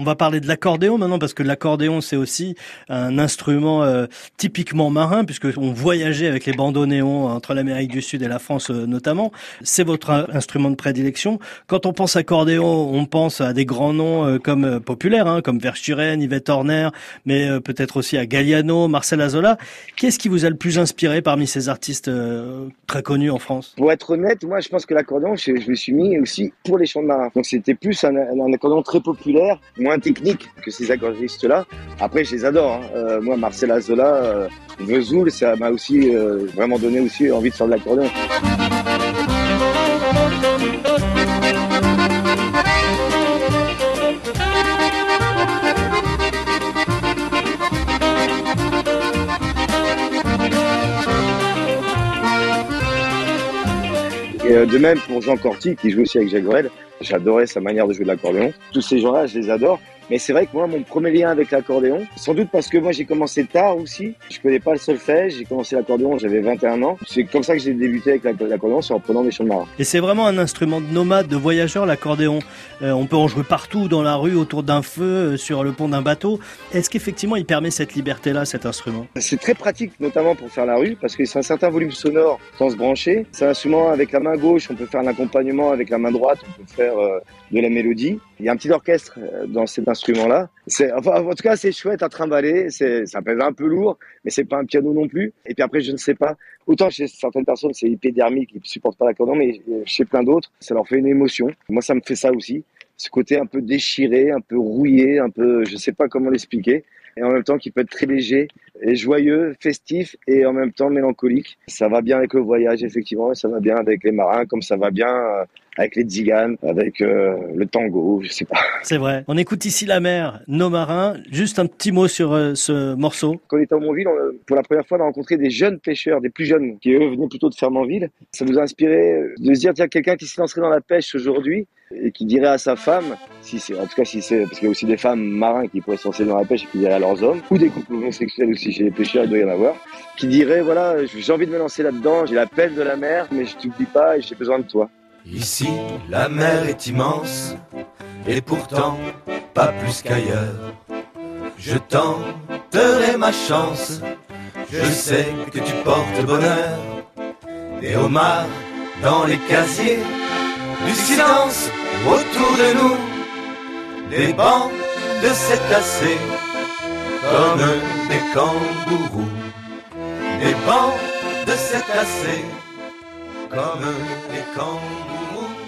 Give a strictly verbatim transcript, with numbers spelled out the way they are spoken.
va parler de l'accordéon maintenant, parce que l'accordéon, c'est aussi un instrument euh, typiquement marin, puisque on voyageait avec les bandoneons entre l'Amérique du Sud et la France euh, notamment. C'est votre in- instrument de prédilection. Quand on pense accordéon, on pense à des grands noms euh, comme euh, populaires, hein, comme Verschuren, Yvette Horner, mais euh, peut-être aussi à Galliano, Marcel Azola. Qu'est-ce qui vous a le plus inspiré parmi ces artistes euh, très connus en France? Pour être honnête, moi je pense que l'accordéon, je, je me suis mis aussi pour les chants de marins. Donc c'était plus un, un accordéon très populaire, moins technique que ces accordéonistes-là. Après, je les adore. Hein. Euh, moi, Marcel Azola, euh, Vesoul, ça m'a aussi euh, vraiment donné aussi envie de faire de l'accordéon. Et euh, de même pour Jean Corti, qui joue aussi avec Jacques Brel, j'adorais sa manière de jouer de l'accordéon. Tous ces gens-là, je les adore. Mais c'est vrai que moi, mon premier lien avec l'accordéon, sans doute parce que moi, j'ai commencé tard aussi. Je connais pas le solfège. J'ai commencé l'accordéon, j'avais vingt et un ans. C'est comme ça que j'ai débuté avec l'accordéon, c'est en prenant des chants de marins. Et c'est vraiment un instrument de nomade, de voyageur, l'accordéon. Euh, on peut en jouer partout dans la rue, autour d'un feu, euh, sur le pont d'un bateau. Est-ce qu'effectivement, il permet cette liberté-là, cet instrument? C'est très pratique, notamment pour faire la rue, parce que c'est un certain volume sonore sans se brancher. C'est un instrument avec la main gauche, on peut faire l'accompagnement avec la main droite, on peut faire euh, de la mélodie. Il y a un petit orchestre dans cet instrument-là. C'est, enfin, en tout cas, c'est chouette à trimballer. C'est, ça pèse un peu lourd, mais c'est pas un piano non plus. Et puis après, je ne sais pas. Autant chez certaines personnes, c'est hypodermique, ils supportent pas l'accordéon, mais chez plein d'autres, ça leur fait une émotion. Moi, ça me fait ça aussi. Ce côté un peu déchiré, un peu rouillé, un peu, je sais pas comment l'expliquer. Et en même temps, qui peut être très léger et joyeux, festif et en même temps mélancolique. Ça va bien avec le voyage, effectivement, et ça va bien avec les marins, comme ça va bien euh, avec les tziganes, avec euh, le tango, je sais pas. C'est vrai. On écoute ici la mer, nos marins. Juste un petit mot sur euh, ce morceau. Quand on était à Montville, on, pour la première fois, on a rencontré des jeunes pêcheurs, des plus jeunes, qui eux venaient plutôt de Fernandville. Ça nous a inspiré de se dire, tiens, quelqu'un qui se lancerait dans la pêche aujourd'hui et qui dirait à sa femme, si c'est, en tout cas si c'est, parce qu'il y a aussi des femmes marins qui pourraient se lancer dans la pêche et qui diraient à leurs hommes, ou des couples homosexuels aussi chez les pêcheurs, il doit y en avoir, qui diraient, voilà, j'ai envie de me lancer là-dedans, j'ai la pelle de la mer, mais je t'oublie pas et j'ai besoin de toi. Ici, la mer est immense, et pourtant, pas plus qu'ailleurs. Je tenterai ma chance, je sais que tu portes bonheur. Des homards dans les casiers, du silence autour de nous, des bancs de cétacés, comme des kangourous. Des bancs de cétacés, comme des kangourous.